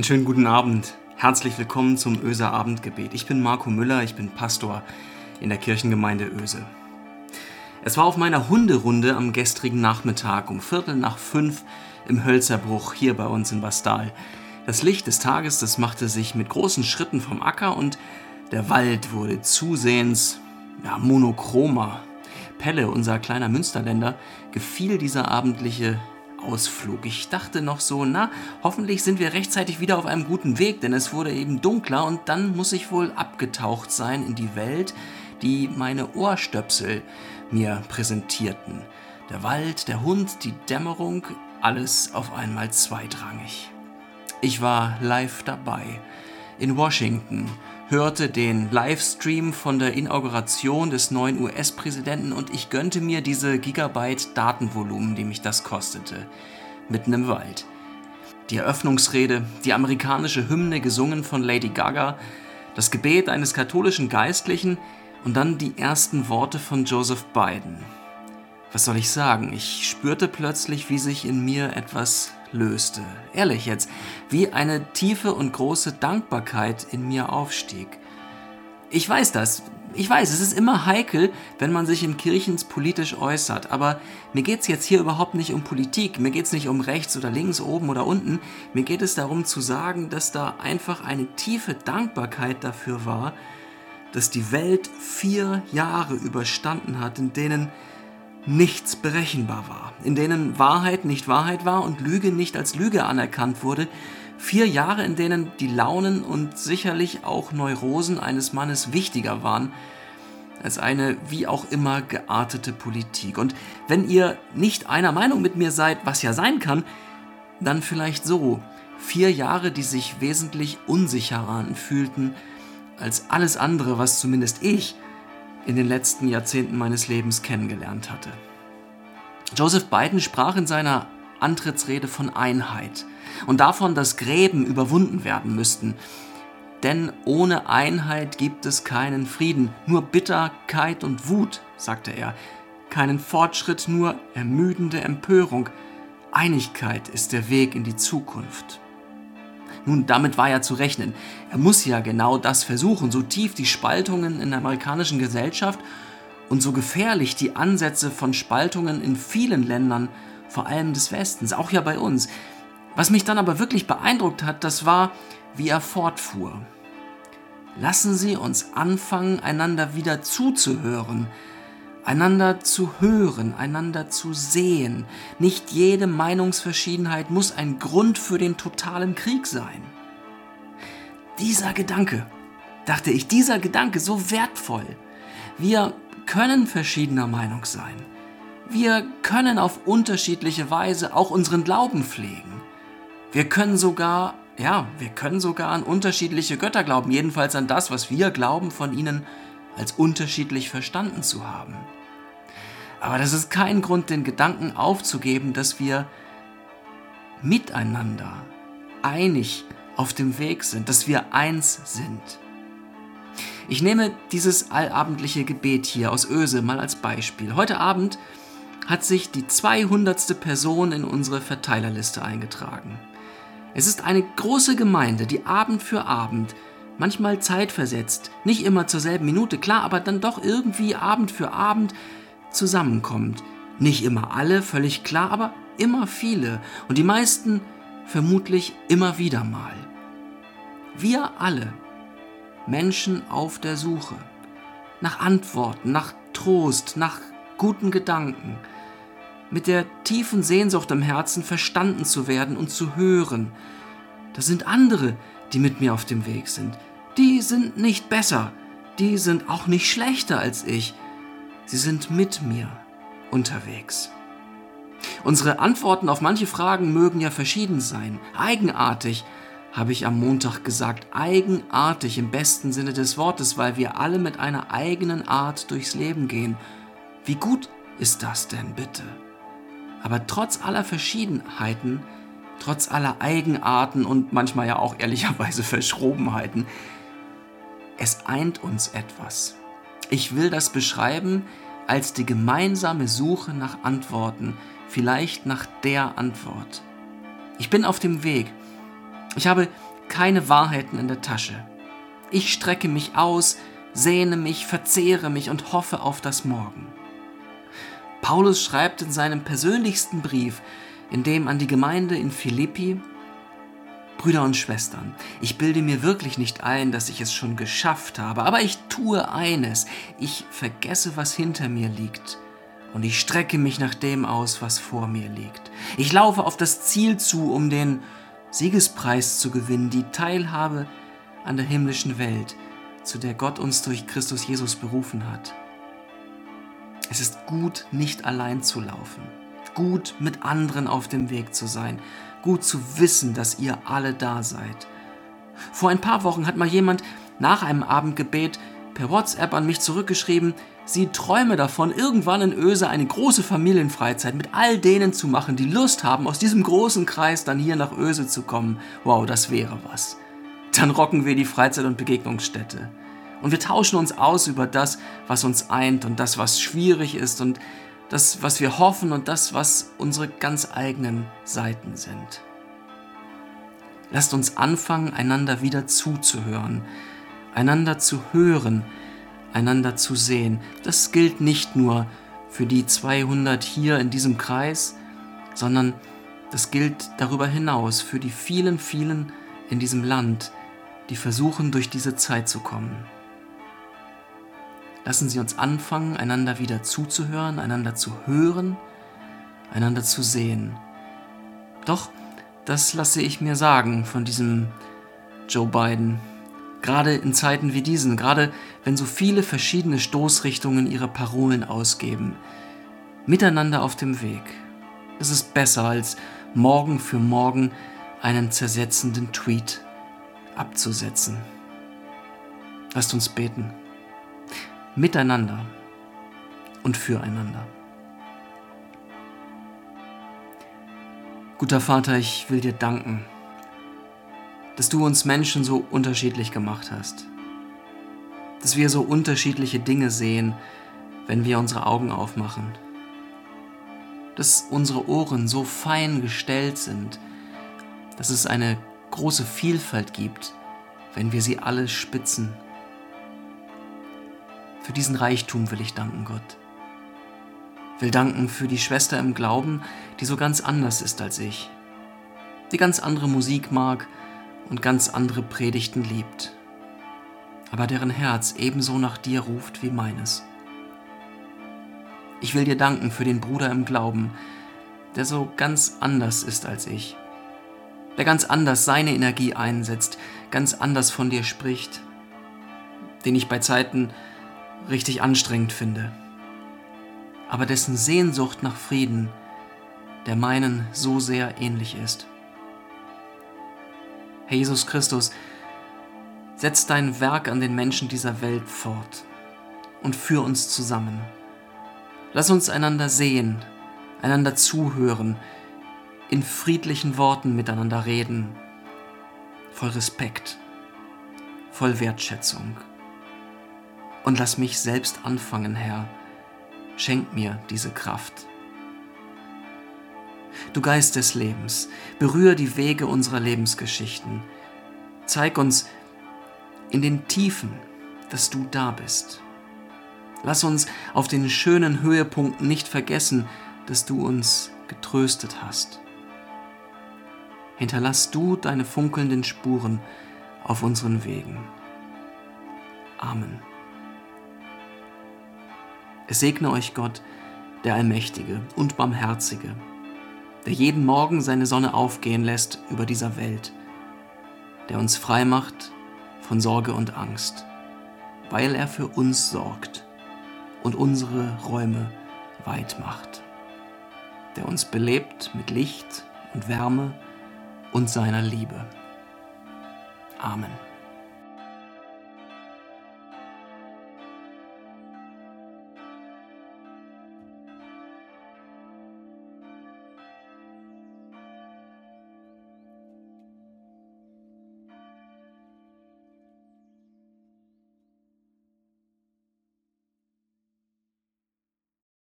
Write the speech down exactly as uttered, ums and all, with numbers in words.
Einen schönen guten Abend. Herzlich willkommen zum Oeser Abendgebet. Ich bin Marco Müller, ich bin Pastor in der Kirchengemeinde Oese. Es war auf meiner Hunderunde am gestrigen Nachmittag um Viertel nach fünf im Hölzerbruch hier bei uns in Bastal. Das Licht des Tages, das machte sich mit großen Schritten vom Acker und der Wald wurde zusehends ja, monochromer. Pelle, unser kleiner Münsterländer, gefiel dieser abendliche Ausflug. Ich dachte noch so, na, hoffentlich sind wir rechtzeitig wieder auf einem guten Weg, denn es wurde eben dunkler und dann muss ich wohl abgetaucht sein in die Welt, die meine Ohrstöpsel mir präsentierten. Der Wald, der Hund, die Dämmerung, alles auf einmal zweitrangig. Ich war live dabei. In Washington, hörte den Livestream von der Inauguration des neuen U S-Präsidenten und ich gönnte mir diese Gigabyte Datenvolumen, die mich das kostete, mitten im Wald. Die Eröffnungsrede, die amerikanische Hymne gesungen von Lady Gaga, das Gebet eines katholischen Geistlichen und dann die ersten Worte von Joseph Biden. Was soll ich sagen? Ich spürte plötzlich, wie sich in mir etwas löste. Ehrlich jetzt, wie eine tiefe und große Dankbarkeit in mir aufstieg. Ich weiß das. Ich weiß, es ist immer heikel, wenn man sich in Kirchen politisch äußert, aber mir geht es jetzt hier überhaupt nicht um Politik, mir geht es nicht um rechts oder links, oben oder unten, mir geht es darum zu sagen, dass da einfach eine tiefe Dankbarkeit dafür war, dass die Welt vier Jahre überstanden hat, in denen nichts berechenbar war, in denen Wahrheit nicht Wahrheit war und Lüge nicht als Lüge anerkannt wurde. Vier Jahre, in denen die Launen und sicherlich auch Neurosen eines Mannes wichtiger waren als eine wie auch immer geartete Politik. Und wenn ihr nicht einer Meinung mit mir seid, was ja sein kann, dann vielleicht so. Vier Jahre, die sich wesentlich unsicherer anfühlten als alles andere, was zumindest ich in den letzten Jahrzehnten meines Lebens kennengelernt hatte. Joseph Biden sprach in seiner Antrittsrede von Einheit und davon, dass Gräben überwunden werden müssten. Denn ohne Einheit gibt es keinen Frieden, nur Bitterkeit und Wut, sagte er. Keinen Fortschritt, nur ermüdende Empörung. Einigkeit ist der Weg in die Zukunft. Nun, damit war ja zu rechnen. Er muss ja genau das versuchen, so tief die Spaltungen in der amerikanischen Gesellschaft und so gefährlich die Ansätze von Spaltungen in vielen Ländern, vor allem des Westens, auch ja bei uns. Was mich dann aber wirklich beeindruckt hat, das war, wie er fortfuhr. Lassen Sie uns anfangen, einander wieder zuzuhören, einander zu hören, einander zu sehen. Nicht jede Meinungsverschiedenheit muss ein Grund für den totalen Krieg sein. Dieser Gedanke, dachte ich, dieser Gedanke, so wertvoll. Wir können verschiedener Meinung sein. Wir können auf unterschiedliche Weise auch unseren Glauben pflegen. Wir können sogar, ja, wir können sogar an unterschiedliche Götter glauben, jedenfalls an das, was wir glauben, von ihnen als unterschiedlich verstanden zu haben. Aber das ist kein Grund, den Gedanken aufzugeben, dass wir miteinander einig auf dem Weg sind, dass wir eins sind. Ich nehme dieses allabendliche Gebet hier aus Oese mal als Beispiel. Heute Abend hat sich die zweihundertste Person in unsere Verteilerliste eingetragen. Es ist eine große Gemeinde, die Abend für Abend, manchmal zeitversetzt, nicht immer zur selben Minute, klar, aber dann doch irgendwie Abend für Abend zusammenkommt. Nicht immer alle, völlig klar, aber immer viele und die meisten vermutlich immer wieder mal. Wir alle, Menschen auf der Suche, nach Antworten, nach Trost, nach guten Gedanken, mit der tiefen Sehnsucht im Herzen verstanden zu werden und zu hören. Das sind andere, die mit mir auf dem Weg sind. Die sind nicht besser, die sind auch nicht schlechter als ich. Sie sind mit mir unterwegs. Unsere Antworten auf manche Fragen mögen ja verschieden sein. Eigenartig, habe ich am Montag gesagt. Eigenartig im besten Sinne des Wortes, weil wir alle mit einer eigenen Art durchs Leben gehen. Wie gut ist das denn bitte? Aber trotz aller Verschiedenheiten, trotz aller Eigenarten und manchmal ja auch ehrlicherweise Verschrobenheiten, es eint uns etwas. Ich will das beschreiben als die gemeinsame Suche nach Antworten, vielleicht nach der Antwort. Ich bin auf dem Weg. Ich habe keine Wahrheiten in der Tasche. Ich strecke mich aus, sehne mich, verzehre mich und hoffe auf das Morgen. Paulus schreibt in seinem persönlichsten Brief, in dem an die Gemeinde in Philippi: Brüder und Schwestern, ich bilde mir wirklich nicht ein, dass ich es schon geschafft habe, aber ich tue eines: Ich vergesse, was hinter mir liegt, und ich strecke mich nach dem aus, was vor mir liegt. Ich laufe auf das Ziel zu, um den Siegespreis zu gewinnen, die Teilhabe an der himmlischen Welt, zu der Gott uns durch Christus Jesus berufen hat. Es ist gut, nicht allein zu laufen, gut, mit anderen auf dem Weg zu sein, gut zu wissen, dass ihr alle da seid. Vor ein paar Wochen hat mal jemand nach einem Abendgebet per WhatsApp an mich zurückgeschrieben, sie träume davon, irgendwann in Oese eine große Familienfreizeit mit all denen zu machen, die Lust haben, aus diesem großen Kreis dann hier nach Oese zu kommen. Wow, das wäre was. Dann rocken wir die Freizeit- und Begegnungsstätte. Und wir tauschen uns aus über das, was uns eint und das, was schwierig ist und das, was wir hoffen und das, was unsere ganz eigenen Seiten sind. Lasst uns anfangen, einander wieder zuzuhören, einander zu hören, einander zu sehen. Das gilt nicht nur für die zweihundert hier in diesem Kreis, sondern das gilt darüber hinaus für die vielen, vielen in diesem Land, die versuchen, durch diese Zeit zu kommen. Lassen Sie uns anfangen, einander wieder zuzuhören, einander zu hören, einander zu sehen. Doch, das lasse ich mir sagen von diesem Joe Biden. Gerade in Zeiten wie diesen, gerade wenn so viele verschiedene Stoßrichtungen ihre Parolen ausgeben. Miteinander auf dem Weg. Es ist besser, als morgen für morgen einen zersetzenden Tweet abzusetzen. Lasst uns beten. Miteinander und füreinander. Guter Vater, ich will dir danken, dass du uns Menschen so unterschiedlich gemacht hast, dass wir so unterschiedliche Dinge sehen, wenn wir unsere Augen aufmachen, dass unsere Ohren so fein gestellt sind, dass es eine große Vielfalt gibt, wenn wir sie alle spitzen. Für diesen Reichtum will ich danken, Gott. Will danken für die Schwester im Glauben, die so ganz anders ist als ich, die ganz andere Musik mag und ganz andere Predigten liebt, aber deren Herz ebenso nach dir ruft wie meines. Ich will dir danken für den Bruder im Glauben, der so ganz anders ist als ich, der ganz anders seine Energie einsetzt, ganz anders von dir spricht, den ich bei Zeiten richtig anstrengend finde, aber dessen Sehnsucht nach Frieden der meinen so sehr ähnlich ist. Herr Jesus Christus, setz dein Werk an den Menschen dieser Welt fort und führ uns zusammen. Lass uns einander sehen, einander zuhören, in friedlichen Worten miteinander reden, voll Respekt, voll Wertschätzung. Und lass mich selbst anfangen, Herr. Schenk mir diese Kraft. Du Geist des Lebens, berühre die Wege unserer Lebensgeschichten. Zeig uns in den Tiefen, dass du da bist. Lass uns auf den schönen Höhepunkten nicht vergessen, dass du uns getröstet hast. Hinterlass du deine funkelnden Spuren auf unseren Wegen. Amen. Es segne euch Gott, der Allmächtige und Barmherzige, der jeden Morgen seine Sonne aufgehen lässt über dieser Welt, der uns frei macht von Sorge und Angst, weil er für uns sorgt und unsere Räume weit macht, der uns belebt mit Licht und Wärme und seiner Liebe. Amen.